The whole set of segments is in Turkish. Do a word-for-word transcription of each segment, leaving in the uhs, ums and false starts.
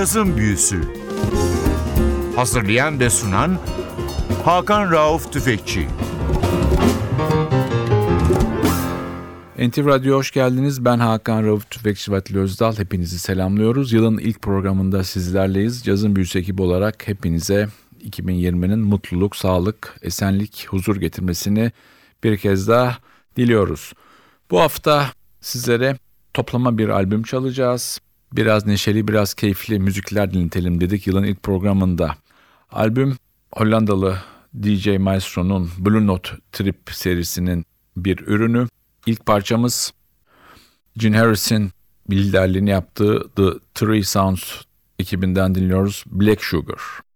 Cazın Büyüsü. Hazırlayan ve sunan Hakan Rauf Tüfekçi. N T V Radyo'ya hoş geldiniz. Ben Hakan Rauf Tüfekçi ve Atilla Özdal. Hepinizi selamlıyoruz. Yılın ilk programında sizlerleyiz. Cazın Büyüsü ekibi olarak hepinize iki bin yirminin mutluluk, sağlık, esenlik, huzur getirmesini bir kez daha diliyoruz. Bu hafta sizlere toplama bir albüm çalacağız. Biraz neşeli, biraz keyifli müzikler dinletelim dedik yılın ilk programında. Albüm Hollandalı D J Maestro'nun Blue Note Trip serisinin bir ürünü. İlk parçamız Gene Harris'in liderliğini yaptığı The Three Sounds ekibinden dinliyoruz. Black Sugar.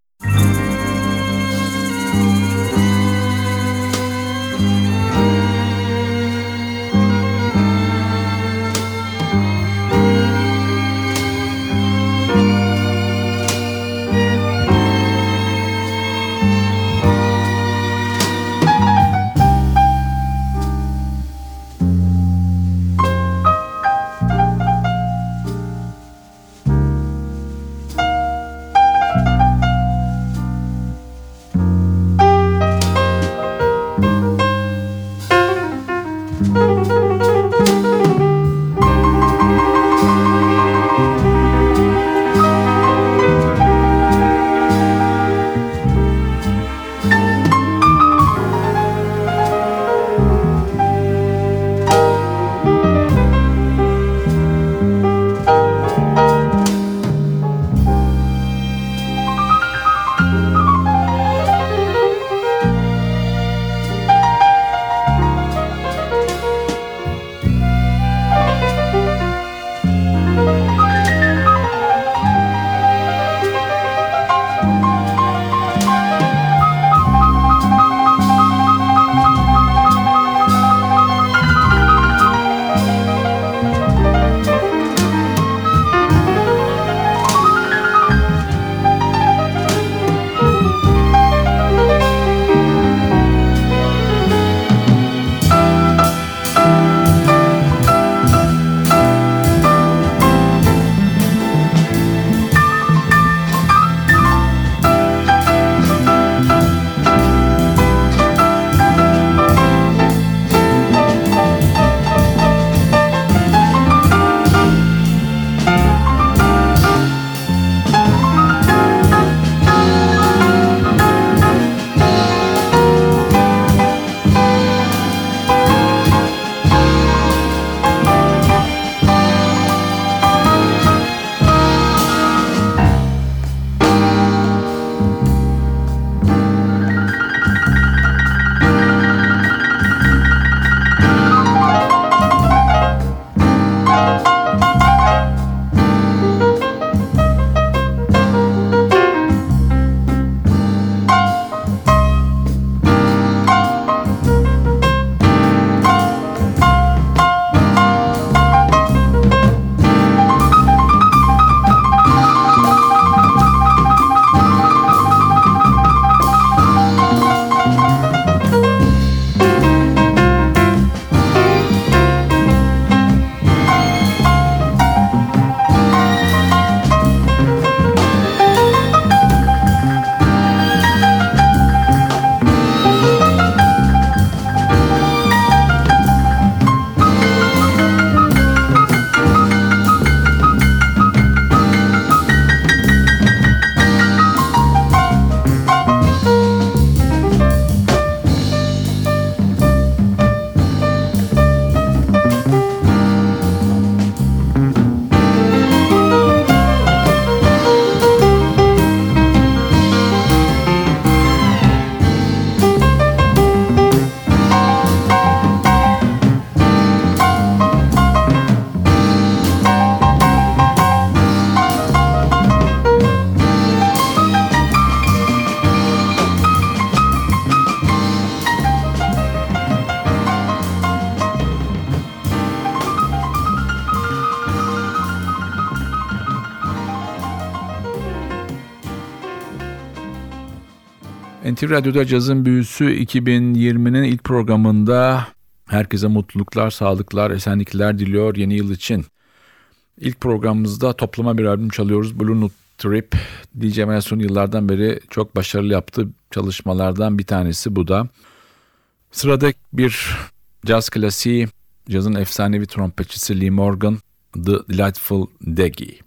N T V Radyo'da Cazın Büyüsü iki bin yirminin ilk programında herkese mutluluklar, sağlıklar, esenlikler diliyor yeni yıl için. İlk programımızda toplama bir albüm çalıyoruz. Blue Note Trip, D J Milestone'un yıllardan beri çok başarılı yaptığı çalışmalardan bir tanesi bu da. Sırada bir caz klasiği, cazın efsanevi trompetçisi Lee Morgan, The Delightful Daggy.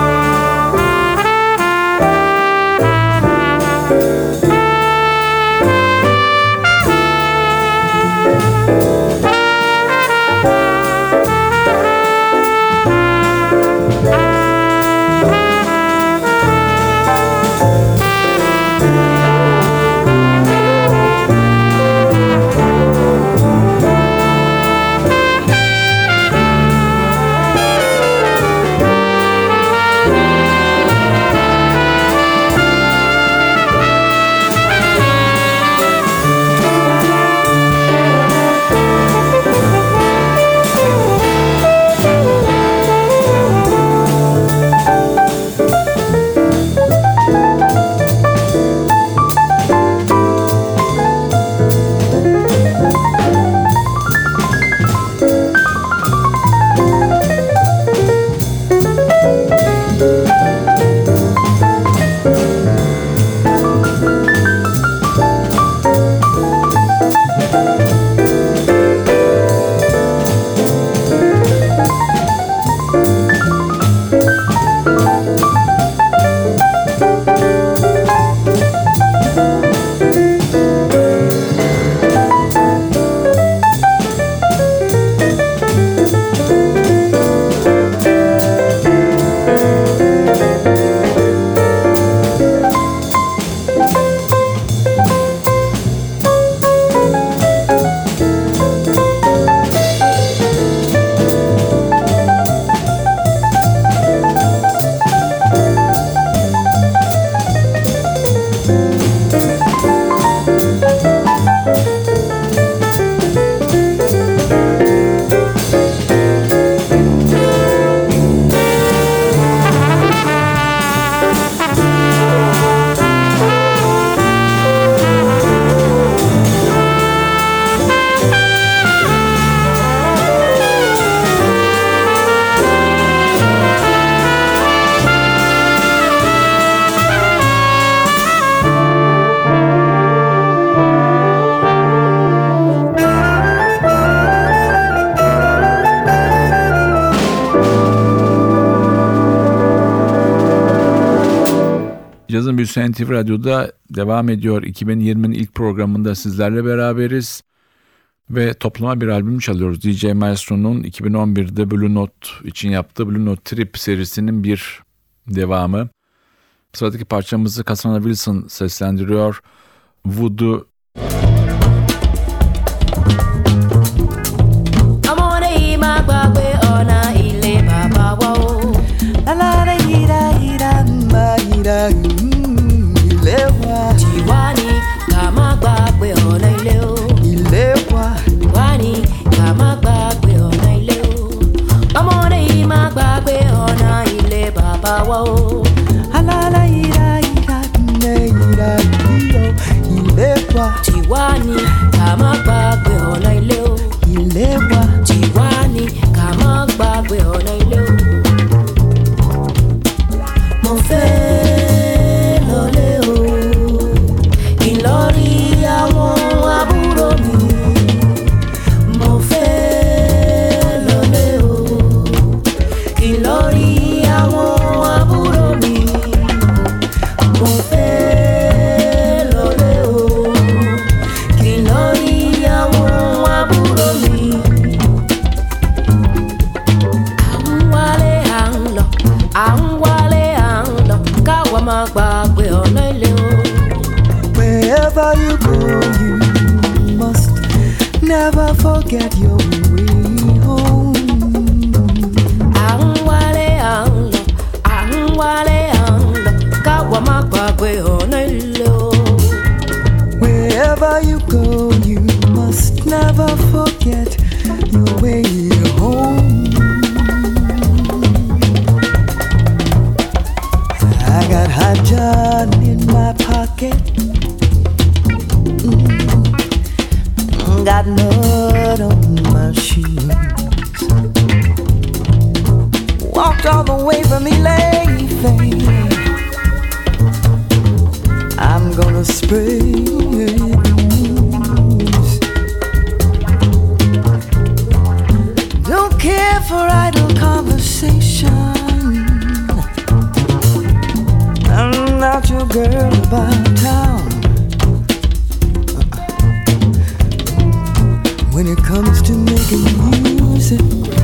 Cazın Büyüsü N T V Radyo'da devam ediyor. iki bin yirminin ilk programında sizlerle beraberiz ve toplama bir albüm çalıyoruz. D J Maestro'nun iki bin on birde Blue Note için yaptığı Blue Note Trip serisinin bir devamı. Sıradaki parçamızı Cassandra Wilson seslendiriyor. Voodoo. Tiwani kama gbàgbé ọ̀nà ilé o. Ilé wa. Tiwani kama gbàgbé ọ̀nà ilé o. Ọmọdé yìí má gbàgbé ọ̀nà ilé bàbá wa o. Alala ira ira nne ira iyo. Ilé wa. Tiwani kama gbàgbé ọ̀nà ilé o. Ilé wa. Tiwani kama gbàgbé ọ̀nà ilé o. Mo fẹ́. Wherever you go, you must never forget your way home. Wherever you go, you must never forget your way home. I got hot John in my pocket. Mm. Got mud on my shoes. Walked all the way from Elaine. gonna spray the news. Don't care for idle conversation. I'm not your girl about town. When it comes to making music,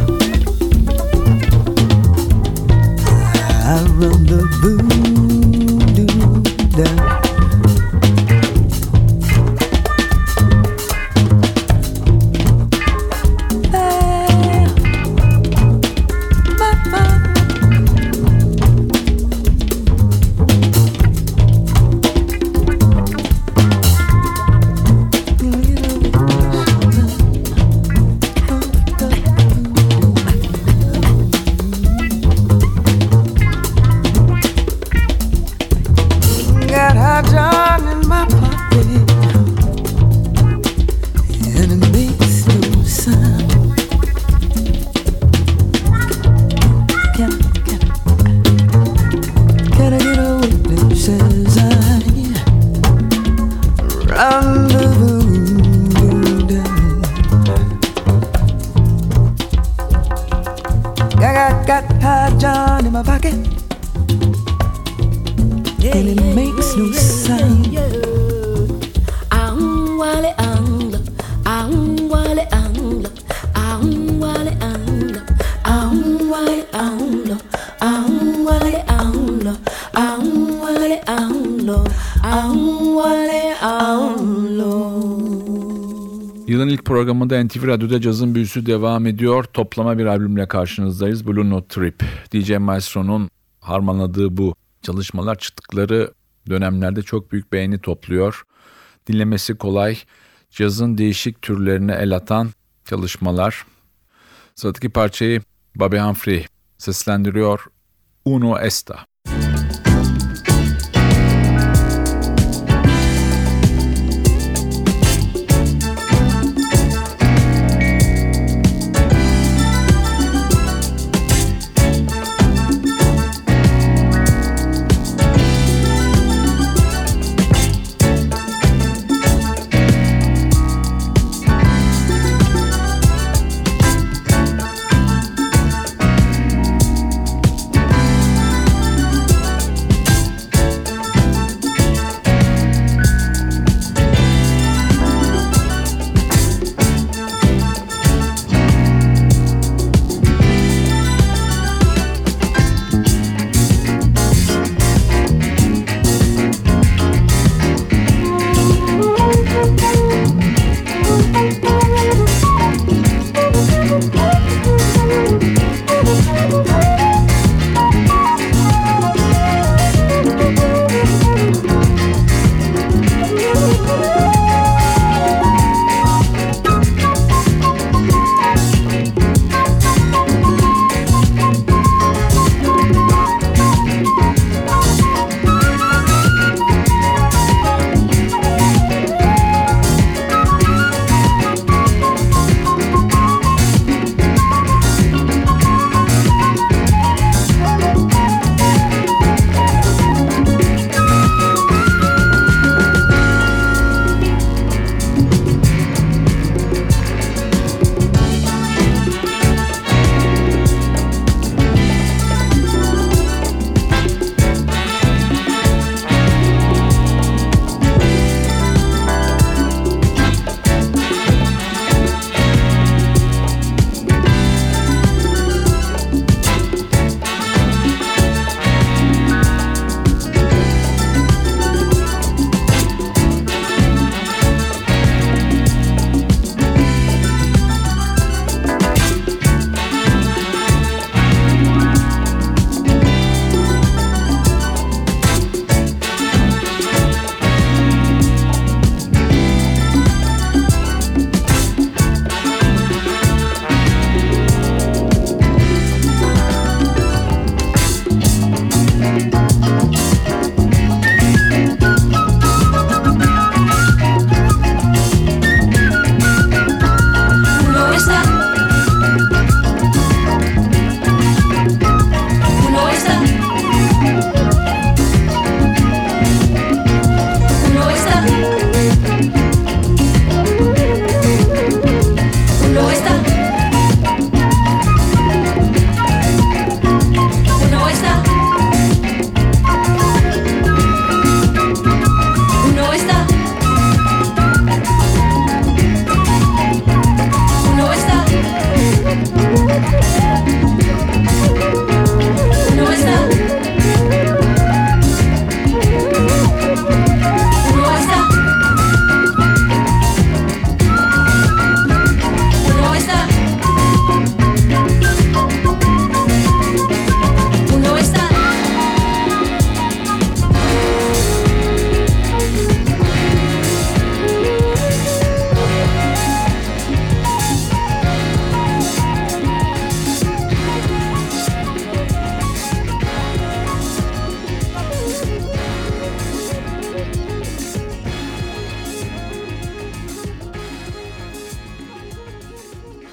I run the voodoo down. Yılın ilk programında N T V Radyo'da cazın büyüsü devam ediyor. Toplama bir albümle karşınızdayız. Blue Note Trip. D J Maestro'nun harmanladığı bu çalışmalar çıktıkları dönemlerde çok büyük beğeni topluyor. Dinlemesi kolay, cazın değişik türlerine el atan çalışmalar. Sıradaki parçayı Bobby Humphrey seslendiriyor. Uno Esta.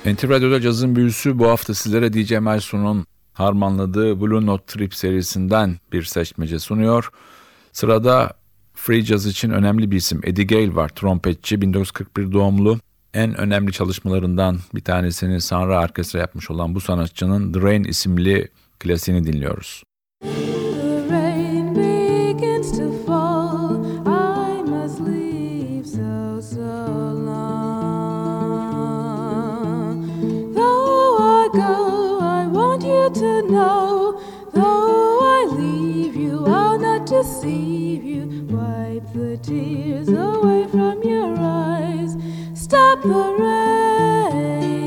N T V Radyo'da Cazın Büyüsü bu hafta sizlere D J Malsun'un harmanladığı Blue Note Trip serisinden bir seçmece sunuyor. Sırada Free Jazz için önemli bir isim Eddie Gale var, trompetçi, bin dokuz yüz kırk bir doğumlu. En önemli çalışmalarından bir tanesini Sun Ra Orkestra yapmış olan bu sanatçının The Rain isimli klasiğini dinliyoruz. To know, though I leave you, I'll not deceive you. Wipe the tears away from your eyes. Stop the rain.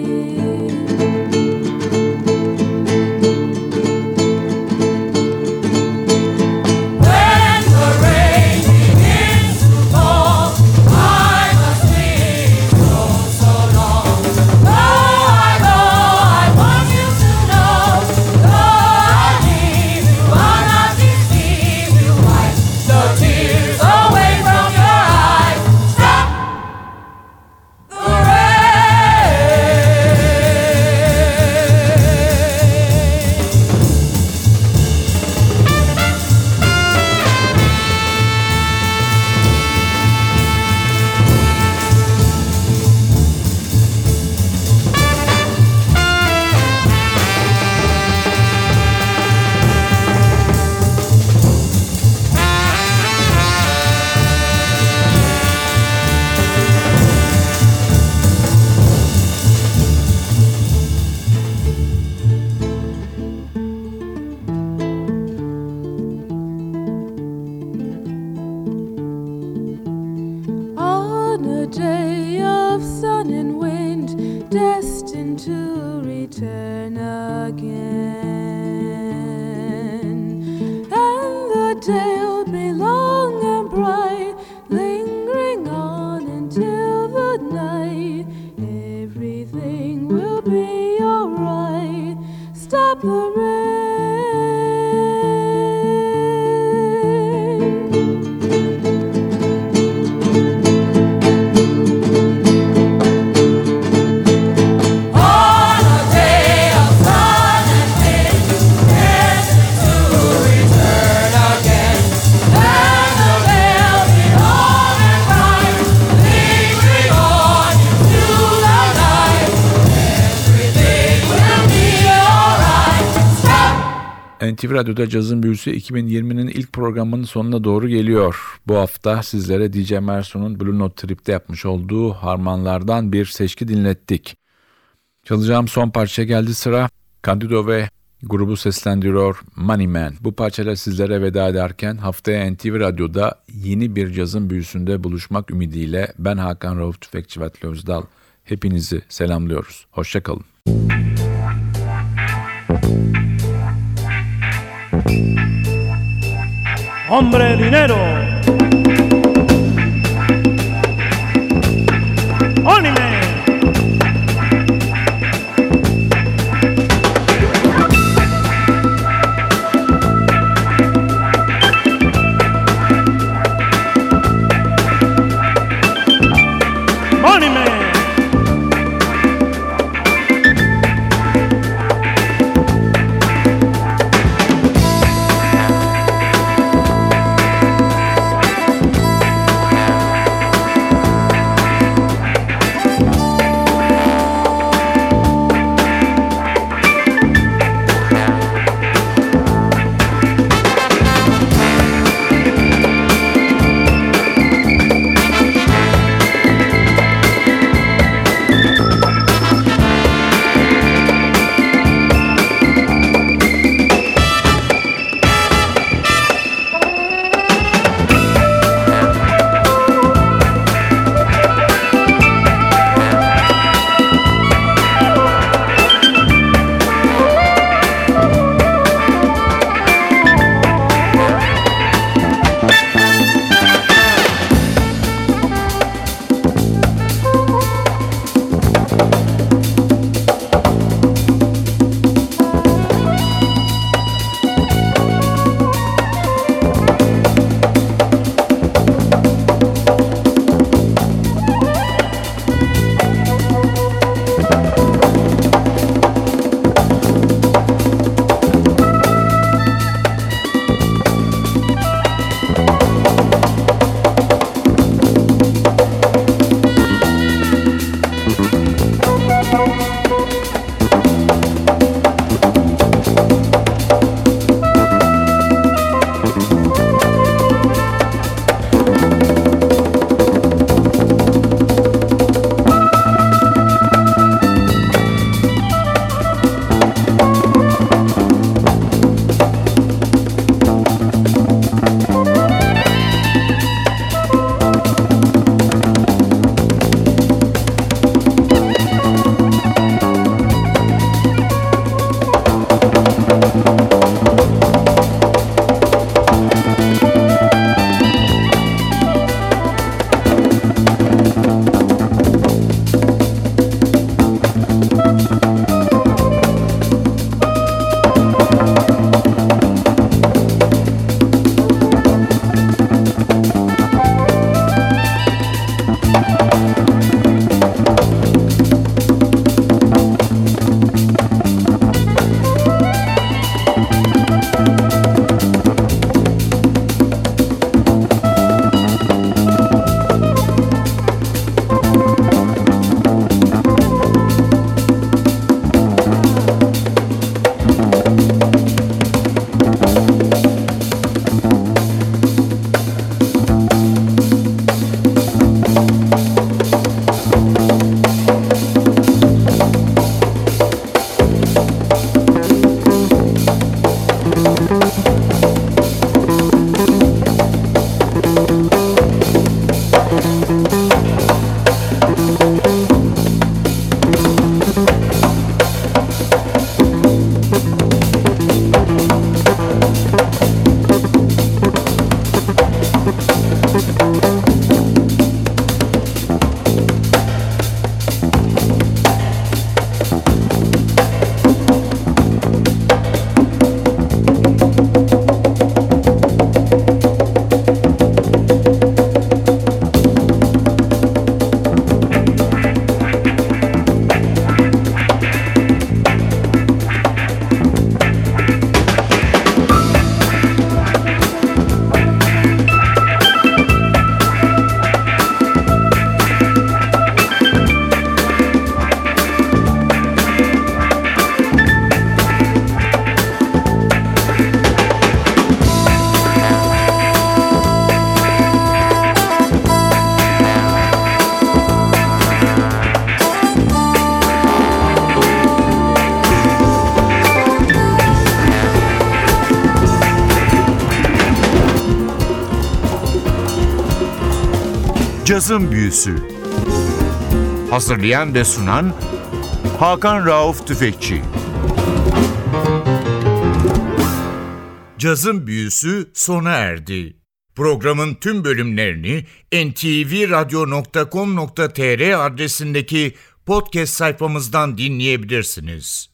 When the rain begins to fall, I must leave you so long. Though I go, I want you to know. Tears away from your eyes. Stop the N T V Radyo'da Cazın Büyüsü iki bin yirminin ilk programının sonuna doğru geliyor. Bu hafta sizlere D J Malsun'un Blue Note Trip'te yapmış olduğu harmanlardan bir seçki dinlettik. Çalacağım son parça geldi sıra. Candido ve grubu seslendiriyor Money Man. Bu parçayla sizlere veda ederken haftaya N T V Radyo'da yeni bir Cazın Büyüsü'nde buluşmak ümidiyle ben Hakan Rauf Tüfekçi ve Atli Özdal hepinizi selamlıyoruz. Hoşça kalın. Hombre dinero. Anime. Anime. Cazın Büyüsü. Hazırlayan ve sunan Hakan Rauf Tüfekçi. Cazın Büyüsü sona erdi. Programın tüm bölümlerini en te ve radyo nokta com nokta te er adresindeki podcast sayfamızdan dinleyebilirsiniz.